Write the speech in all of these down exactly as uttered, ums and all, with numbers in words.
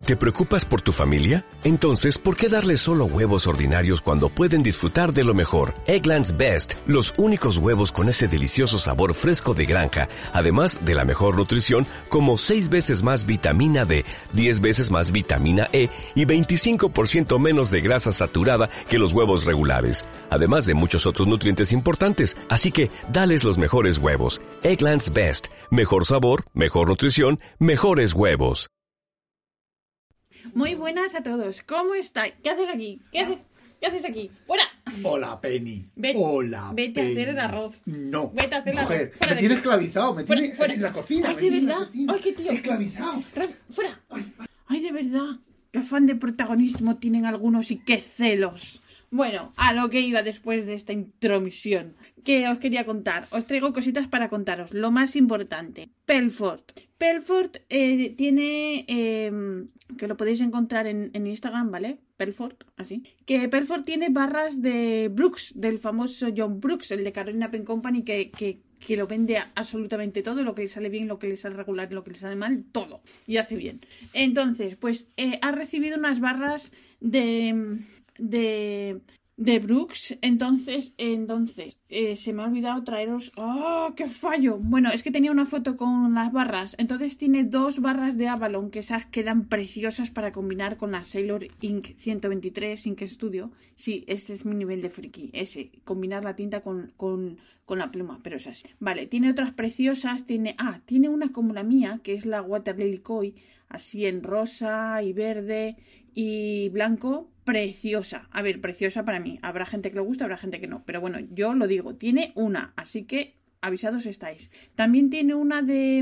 ¿Te preocupas por tu familia? Entonces, ¿por qué darles solo huevos ordinarios cuando pueden disfrutar de lo mejor? Eggland's Best, los únicos huevos con ese delicioso sabor fresco de granja, además de la mejor nutrición, como seis veces más vitamina D, diez veces más vitamina E y veinticinco por ciento menos de grasa saturada que los huevos regulares, además de muchos otros nutrientes importantes. Así que, dales los mejores huevos. Eggland's Best, mejor sabor, mejor nutrición, mejores huevos. Muy buenas a todos. ¿Cómo estáis? ¿Qué haces aquí? ¿Qué haces, ¿Qué haces aquí? ¡Fuera! Hola, Penny. Ve, Hola, Vete Penny. a hacer el arroz. No. Vete a hacer el Mujer, arroz. Fuera me de tiene aquí. esclavizado. Me Fuera, tiene fuera. en la cocina. Ay, me de tiene en la verdad. cocina. Ay, qué tío. Esclavizado. Raf, fuera. Ay, de verdad. Qué afán de protagonismo tienen algunos y qué celos. Bueno, a lo que iba después de esta intromisión. ¿Qué os quería contar? Os traigo cositas para contaros. Lo más importante. Pelford. Pelford eh, tiene... Eh, que lo podéis encontrar en, en Instagram, ¿vale? Pelford, así. Que Pelford tiene barras de Brooks, del famoso John Brooks, el de Carolina Pen Company, que... que que lo vende absolutamente todo, lo que le sale bien, lo que le sale regular, lo que le sale mal, todo. Y hace bien. Entonces, pues eh, ha recibido unas barras de... de... de Brooks. Entonces, entonces, eh, se me ha olvidado traeros... ¡Oh, qué fallo! Bueno, es que tenía una foto con las barras. Entonces tiene dos barras de Avalon, que esas quedan preciosas para combinar con la Sailor Ink ciento veintitrés Ink Studio. Sí, este es mi nivel de friki, ese. Combinar la tinta con, con, con la pluma, pero es así. Vale, tiene otras preciosas. Tiene... Ah, tiene una como la mía, que es la Water Lily Koi, así en rosa y verde y blanco. Preciosa. A ver, preciosa para mí. Habrá gente que le gusta, habrá gente que no. Pero bueno, yo lo digo. Tiene una. Así que avisados estáis. También tiene una de...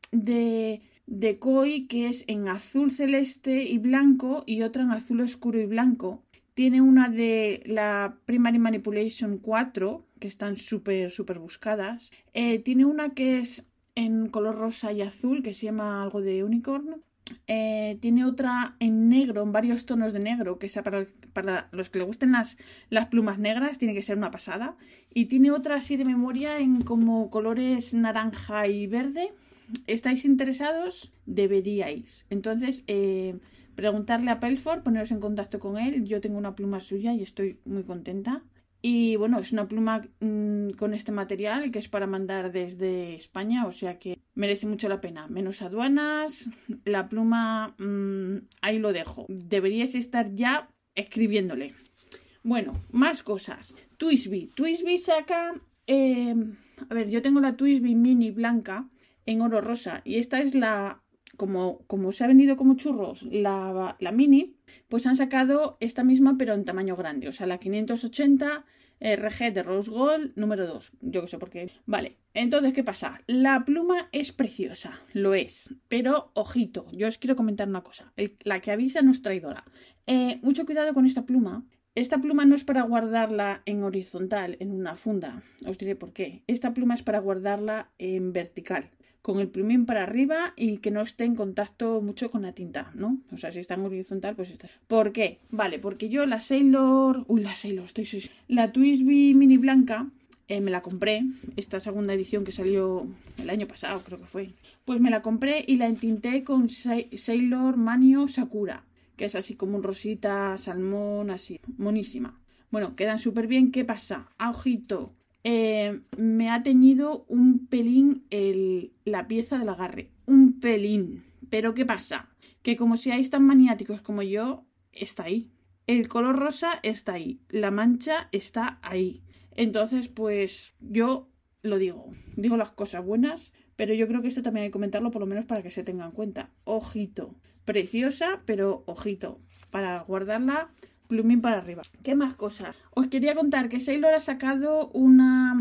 de... de Koi, que es en azul celeste y blanco. Y otra en azul oscuro y blanco. Tiene una de la Primary Manipulation cuatro, que están súper, súper buscadas. Eh, tiene una que es en color rosa y azul, que se llama algo de unicorn. Eh, tiene otra en negro, en varios tonos de negro, que sea para, para los que le gusten las, las plumas negras, tiene que ser una pasada. Y tiene otra así de memoria en como colores naranja y verde. ¿Estáis interesados? Deberíais. Entonces, eh, preguntarle a Pelford, poneros en contacto con él. Yo tengo una pluma suya y estoy muy contenta. Y bueno, es una pluma mmm, con este material que es para mandar desde España, o sea que merece mucho la pena. Menos aduanas, la pluma, mmm, ahí lo dejo. Deberíais estar ya escribiéndole. Bueno, más cosas. Twisby. Twisby saca... Eh, a ver, yo tengo la Twisby mini blanca en oro rosa y esta es la... Como, como se ha vendido como churros la, la mini, pues han sacado esta misma pero en tamaño grande, o sea la quinientos ochenta R G de Rose Gold número dos, yo que sé por qué. Vale, entonces ¿qué pasa? La pluma es preciosa, lo es, pero ojito, yo os quiero comentar una cosa, el, la que avisa no es traidora. Eh, mucho cuidado con esta pluma. Esta pluma no es para guardarla en horizontal, en una funda, os diré por qué. Esta pluma es para guardarla en vertical, con el plumín para arriba y que no esté en contacto mucho con la tinta, ¿no? O sea, si está en horizontal, pues está. ¿Por qué? Vale, porque yo la Sailor... Uy, la Sailor, estoy... Soy... La Twisby mini blanca, eh, me la compré, esta segunda edición que salió el año pasado, creo que fue. Pues me la compré y la entinté con Sailor Manio Sakura, que es así como un rosita, salmón, así, monísima. Bueno, quedan súper bien. ¿Qué pasa? A ojito, eh, me ha teñido un pelín el, la pieza del agarre. Un pelín. Pero ¿qué pasa? Que como seáis tan maniáticos como yo, está ahí. El color rosa está ahí. La mancha está ahí. Entonces, pues yo lo digo. Digo las cosas buenas, pero yo creo que esto también hay que comentarlo por lo menos para que se tenga en cuenta. Ojito. Preciosa, pero ojito, para guardarla plumín para arriba. ¿Qué más cosas? Os quería contar que Sailor ha sacado una,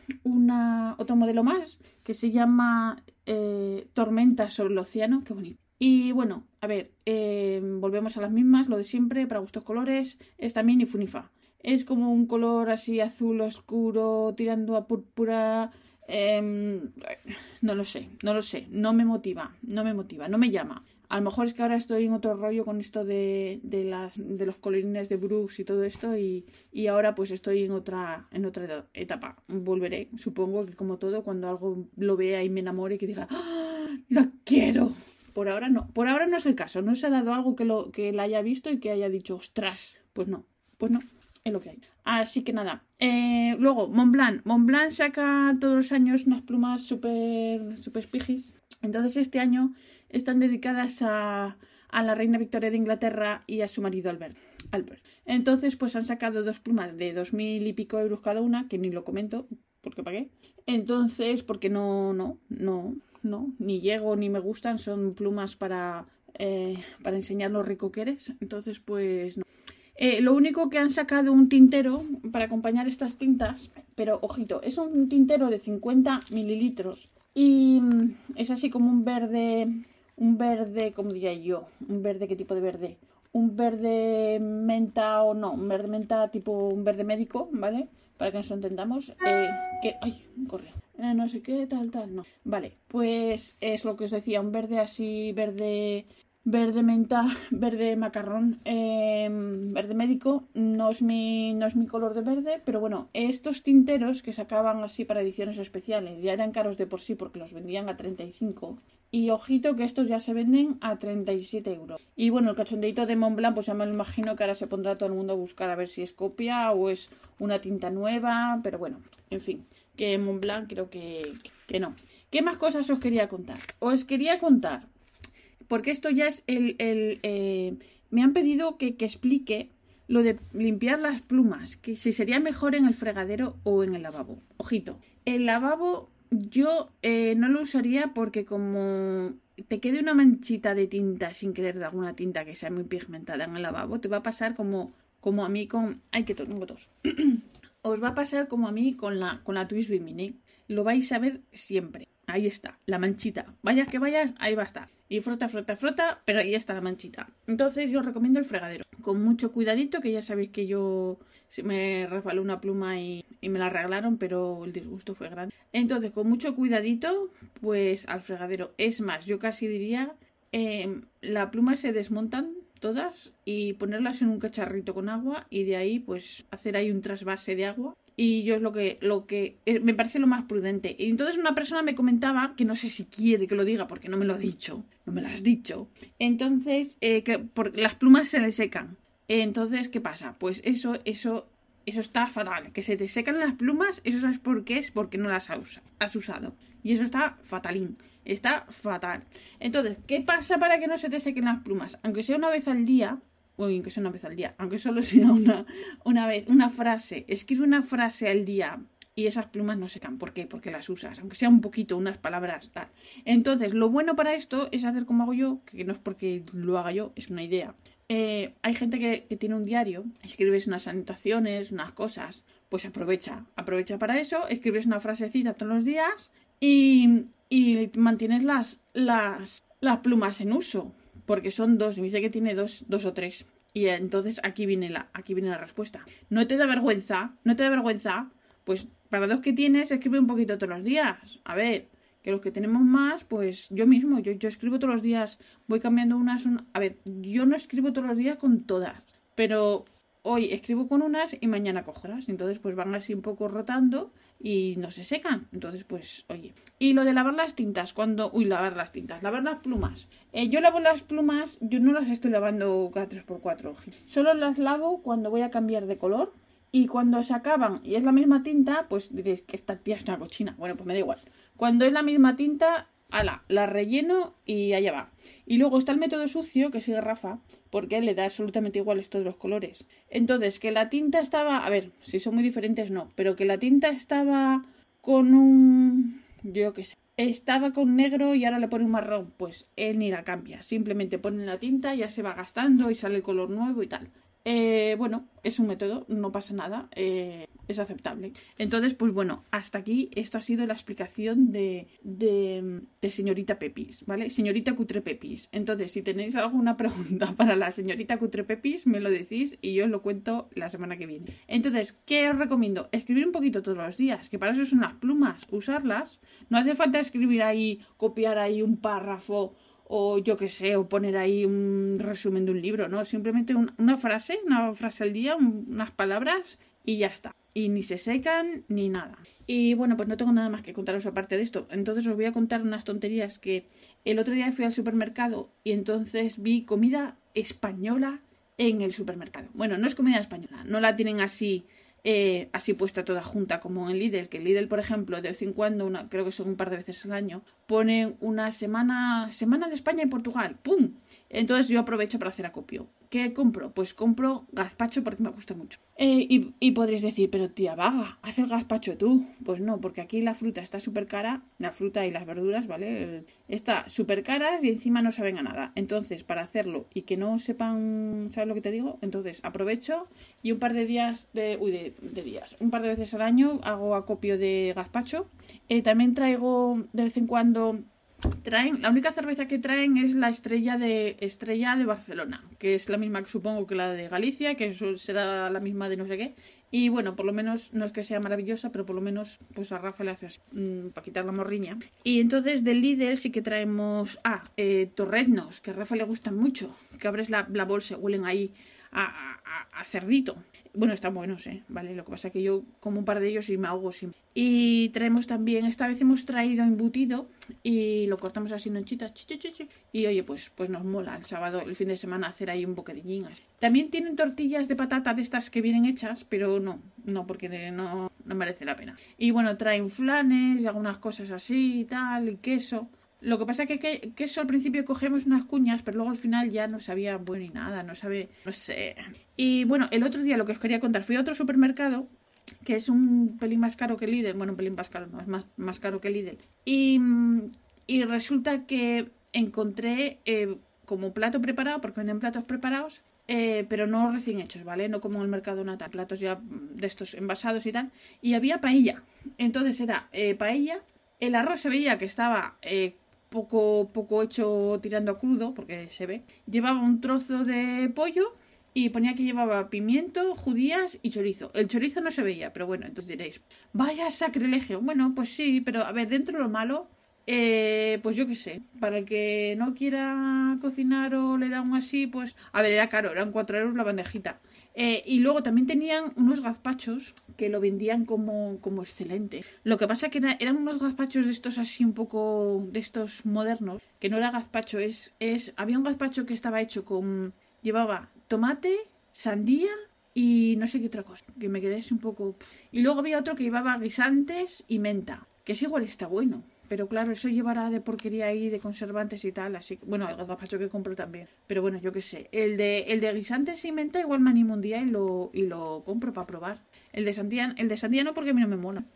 una otro modelo más que se llama eh, Tormenta sobre el océano. Qué bonito. Y bueno, a ver, eh, volvemos a las mismas, lo de siempre, para gustos colores. Esta mini Funifa. Es como un color así azul oscuro, tirando a púrpura. Eh, no lo sé, no lo sé, no me motiva, no me motiva, no me llama. A lo mejor es que ahora estoy en otro rollo con esto de, de, las, de los colorines de Brooks y todo esto y, y ahora pues estoy en otra, en otra etapa. Volveré, supongo que como todo, cuando algo lo vea y me enamore y que diga ¡ah, ¡la quiero! por ahora no. Por ahora no es el caso. No se ha dado algo que, lo, que la haya visto y que haya dicho, ostras, pues no, pues no. Es lo que hay. Así que nada. Eh, luego, Montblanc. Montblanc saca todos los años unas plumas súper super pijis. Entonces este año están dedicadas a, a la reina Victoria de Inglaterra y a su marido Albert. Albert. Entonces pues han sacado dos plumas de dos mil y pico euros cada una, que ni lo comento, porque pagué. Entonces, porque no, no, no, no, ni llego ni me gustan, son plumas para, eh, para enseñar lo rico que eres. Entonces pues no. Eh, lo único que han sacado un tintero para acompañar estas tintas, pero ojito, es un tintero de cincuenta mililitros y es así como un verde, un verde, ¿cómo diría yo? Un verde, ¿qué tipo de verde? Un verde menta o no, un verde menta tipo un verde médico, ¿vale? Para que nos entendamos. Eh, que, ay, corre. Eh, no sé qué, tal, tal, no. Vale, pues es lo que os decía, un verde así, verde... Verde menta, verde macarrón, eh, verde médico, no es, mi, no es mi color de verde, pero bueno, estos tinteros que sacaban así para ediciones especiales ya eran caros de por sí porque los vendían a treinta y cinco y ojito que estos ya se venden a treinta y siete euros. Y bueno, el cachondeito de Montblanc pues ya me lo imagino que ahora se pondrá todo el mundo a buscar a ver si es copia o es una tinta nueva, pero bueno, en fin, que Montblanc creo que, que no. ¿Qué más cosas os quería contar? Os quería contar... Porque esto ya es el... el eh, me han pedido que, que explique lo de limpiar las plumas, que si sería mejor en el fregadero o en el lavabo. Ojito, el lavabo yo eh, no lo usaría porque como te quede una manchita de tinta sin querer de alguna tinta que sea muy pigmentada en el lavabo, te va a pasar como, como a mí con... ¡Ay, que tengo tos! Os va a pasar como a mí con la, con la Twisby Mini. Lo vais a ver siempre. Ahí está, la manchita. Vayas que vayas, ahí va a estar. Y frota, frota, frota, pero ahí está la manchita. Entonces yo os recomiendo el fregadero. Con mucho cuidadito, que ya sabéis que yo me resbaló una pluma y, y me la arreglaron, pero el disgusto fue grande. Entonces, con mucho cuidadito, pues al fregadero. Es más, yo casi diría, eh, la pluma se desmontan todas y ponerlas en un cacharrito con agua y de ahí pues hacer ahí un trasvase de agua. Y yo es lo que, lo que eh, me parece lo más prudente. Y entonces una persona me comentaba, que no sé si quiere que lo diga porque no me lo ha dicho, no me lo has dicho. Entonces, eh, que por, las plumas se le secan. Entonces, ¿qué pasa? Pues eso, eso, eso está fatal. Que se te secan las plumas, eso sabes por qué es, porque no las has, has usado. Y eso está fatalín. Está fatal. Entonces, ¿qué pasa para que no se te sequen las plumas? Aunque sea una vez al día... Uy, aunque sea una vez al día, aunque solo sea una, una vez, una frase, escribe una frase al día y esas plumas no secan. ¿Por qué? Porque las usas, aunque sea un poquito, unas palabras, tal. Entonces, lo bueno para esto es hacer como hago yo, que no es porque lo haga yo, es una idea. Eh, hay gente que, que tiene un diario, escribes unas anotaciones, unas cosas, pues aprovecha, aprovecha para eso, escribes una frasecita todos los días y, y mantienes las, las, las plumas en uso. Porque son dos, me dice que tiene dos, dos o tres. Y entonces aquí viene la, aquí viene la respuesta. ¿No te da vergüenza? ¿No te da vergüenza? Pues para dos que tienes, escribe un poquito todos los días. A ver, que los que tenemos más, pues yo mismo, yo, yo escribo todos los días, voy cambiando unas, una... A ver, yo no escribo todos los días con todas, pero hoy escribo con unas y mañana cojo otras. Entonces pues van así un poco rotando y no se secan. Entonces pues, oye. Y lo de lavar las tintas, cuando... Uy, lavar las tintas, lavar las plumas. Eh, yo lavo las plumas, yo no las estoy lavando cada tres por cuatro. Solo las lavo cuando voy a cambiar de color. Y cuando se acaban y es la misma tinta, pues diréis que esta tía es una cochina. Bueno, pues me da igual. Cuando es la misma tinta, ala, la relleno y allá va. Y luego está el método sucio, que sigue Rafa, porque le da absolutamente igual estos dos colores. Entonces, que la tinta estaba... A ver, si son muy diferentes no, pero que la tinta estaba con un... Yo qué sé. Estaba con negro y ahora le pone un marrón. Pues él ni la cambia. Simplemente pone la tinta, ya se va gastando y sale el color nuevo y tal. Eh, bueno, es un método, no pasa nada, eh, es aceptable. Entonces, pues bueno, hasta aquí esto ha sido la explicación de, de, de señorita Pepis, ¿vale? Señorita Cutre Pepis. Entonces, si tenéis alguna pregunta para la señorita Cutre Pepis, me lo decís y yo os lo cuento la semana que viene. Entonces, ¿qué os recomiendo? Escribir un poquito todos los días, que para eso son las plumas, usarlas. No hace falta escribir ahí, copiar ahí un párrafo o yo qué sé, o poner ahí un resumen de un libro, ¿no? Simplemente un, una frase, una frase al día, un, unas palabras y ya está. y ni se secan ni nada. Y bueno, pues no tengo nada más que contaros aparte de esto. Entonces os voy a contar unas tonterías que el otro día fui al supermercado y entonces vi comida española en el supermercado. Bueno, no es comida española, no la tienen así... Eh, así puesta toda junta como en Lidl, que Lidl, por ejemplo, de vez en cuando, una, creo que son un par de veces al año, ponen una semana, semana de España y Portugal, ¡pum! Entonces yo aprovecho para hacer acopio. ¿Qué compro? Pues compro gazpacho porque me gusta mucho. Eh, y, y podréis decir, pero tía vaga, haz el gazpacho tú. Pues no, porque aquí la fruta está súper cara, la fruta y las verduras, ¿vale? Está súper caras y encima no saben a nada. Entonces, para hacerlo y que no sepan, ¿sabes lo que te digo? Entonces aprovecho y un par de días de... Uy, de, de días. Un par de veces al año hago acopio de gazpacho. Eh, también traigo de vez en cuando... Traen, la única cerveza que traen es la estrella de Estrella de Barcelona, que es la misma que supongo que la de Galicia, que eso será la misma de no sé qué. Y bueno, por lo menos, no es que sea maravillosa, pero por lo menos pues a Rafa le hace así, mmm, para quitar la morriña. Y entonces del Lidl sí que traemos, ah, eh, torreznos, que a Rafa le gustan mucho, que abres la, la bolsa, huelen ahí a, a, a cerdito. Bueno, están buenos, ¿eh? Vale, lo que pasa es que yo como un par de ellos y me ahogo siempre. Y traemos también, esta vez hemos traído embutido y lo cortamos así en lonchitas. Chi, chi, chi, chi. Y oye, pues, pues nos mola el sábado, el fin de semana hacer ahí un bocadillín así. También tienen tortillas de patata de estas que vienen hechas, pero no, no, porque no, no merece la pena. Y bueno, traen flanes y algunas cosas así y tal, y queso. Lo que pasa es que, que queso al principio cogemos unas cuñas, pero luego al final ya no sabía bueno ni nada, no sabe, no sé. Y bueno, el otro día lo que os quería contar, fui a otro supermercado, que es un pelín más caro que Lidl, bueno, un pelín más caro, no, es más, más caro que Lidl. Y, y resulta que encontré eh, como plato preparado, porque venden platos preparados, eh, pero no recién hechos, ¿vale? No como en el mercado natal, platos ya de estos envasados y tal. Y había paella, entonces era eh, paella, el arroz se veía que estaba... Eh, poco poco hecho tirando a crudo, porque se ve. Llevaba un trozo de pollo y ponía que llevaba pimiento, judías y chorizo. El chorizo no se veía, pero bueno, entonces diréis, vaya sacrilegio. Bueno, pues sí, pero a ver, dentro de lo malo, eh, pues yo qué sé, para el que no quiera cocinar o le da un así, pues... A ver, era caro, eran cuatro euros la bandejita. Eh, y luego también tenían unos gazpachos que lo vendían como, como excelente. Lo que pasa que era, eran unos gazpachos de estos así un poco, de estos modernos, que no era gazpacho, es, es había un gazpacho que estaba hecho con, llevaba tomate, sandía y no sé qué otra cosa, que me quedé así un poco... Y luego había otro que llevaba guisantes y menta, que es igual está bueno. Pero claro, eso llevará de porquería ahí, de conservantes y tal, así que... Bueno, el gazpacho que compro también. Pero bueno, yo qué sé. El de, el de guisantes y menta igual me animo un día y lo, y lo compro para probar. El de sandía, el de sandía no, porque a mí no me mola.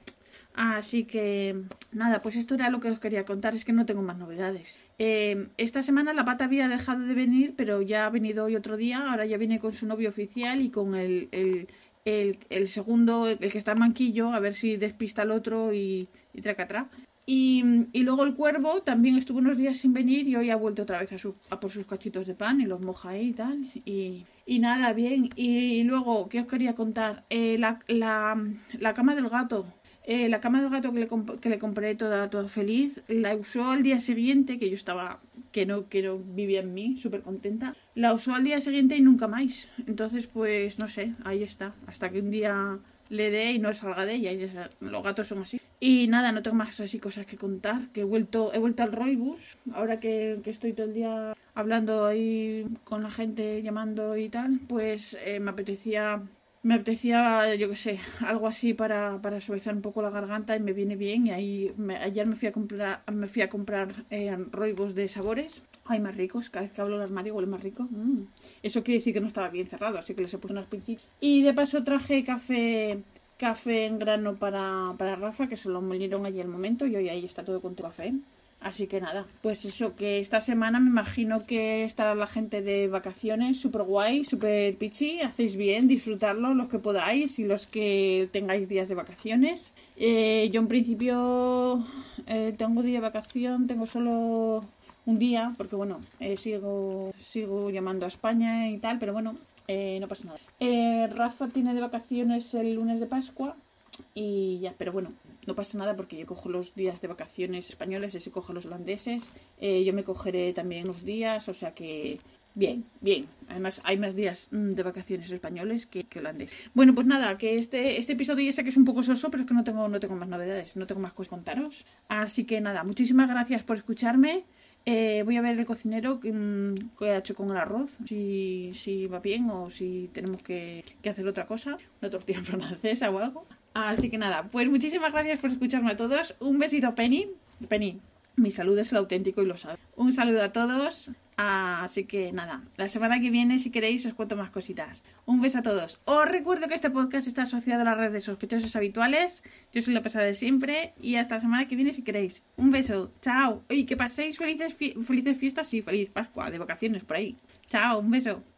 Así que... Nada, pues esto era lo que os quería contar. Es que no tengo más novedades. Eh, esta semana la pata había dejado de venir, pero ya ha venido hoy otro día. Ahora ya viene con su novio oficial y con el... el El, el segundo, el que está en manquillo, a ver si despista al otro y, y tracatrá. Y, y luego el cuervo también estuvo unos días sin venir y hoy ha vuelto otra vez a, su, a por sus cachitos de pan y los moja ahí y tal. Y, y nada, bien. Y, y luego, ¿qué os quería contar? Eh, la, la, la cama del gato. Eh, la cama del gato que le, comp- que le compré toda, toda feliz, la usó al día siguiente, que yo estaba, que no, que no vivía en mí, súper contenta. La usó al día siguiente y nunca más. Entonces, pues, no sé, ahí está. Hasta que un día le dé y no salga de ella. Y los gatos son así. Y nada, no tengo más así cosas que contar. Que he vuelto, he vuelto al Roibus. Ahora que, que estoy todo el día hablando ahí con la gente, llamando y tal, pues eh, me apetecía... Me apetecía, yo qué sé, algo así para, para suavizar un poco la garganta y me viene bien. Y ahí me, ayer me fui a comprar me fui a comprar eh, roibos de sabores. Ay, más ricos. Cada vez que hablo el armario huele más rico. Mm. Eso quiere decir que no estaba bien cerrado, así que les he puesto unas pincitas. Y de paso traje café café en grano para, para Rafa, que se lo molieron allí al momento. Y hoy ahí está todo con tu café. Así que nada, pues eso, que esta semana me imagino que estará la gente de vacaciones súper guay, súper pichi, hacéis bien, disfrutarlo los que podáis y los que tengáis días de vacaciones. Eh, yo en principio eh, tengo día de vacación, tengo solo un día, porque bueno, eh, sigo, sigo llamando a España y tal, pero bueno, eh, no pasa nada. Eh, Rafa tiene de vacaciones el lunes de Pascua. Y ya, pero bueno, no pasa nada porque yo cojo los días de vacaciones españoles, ese coge los holandeses, eh, yo me cogeré también unos días, o sea que bien, bien, Además, hay más días de vacaciones españoles que, que holandeses. Bueno, pues nada, que este, este episodio ya sé que es un poco soso, pero es que no tengo, no tengo más novedades, no tengo más cosas que contaros. Así que nada, muchísimas gracias por escucharme. Eh, voy a ver el cocinero que, que ha hecho con el arroz, si, si va bien o si tenemos que, que hacer otra cosa, una tortilla francesa o algo. Así que nada, pues muchísimas gracias por escucharme a todos. Un besito, Penny. Penny, mi salud es el auténtico y lo sabe. Un saludo a todos. Ah, así que nada, la semana que viene, si queréis, os cuento más cositas. Un beso a todos. Os recuerdo que este podcast está asociado a la red de sospechosos habituales. Yo soy la pesada de siempre. Y hasta la semana que viene, si queréis. Un beso. Chao. Y que paséis felices, fie- felices fiestas y feliz Pascua de vacaciones por ahí. Chao. Un beso.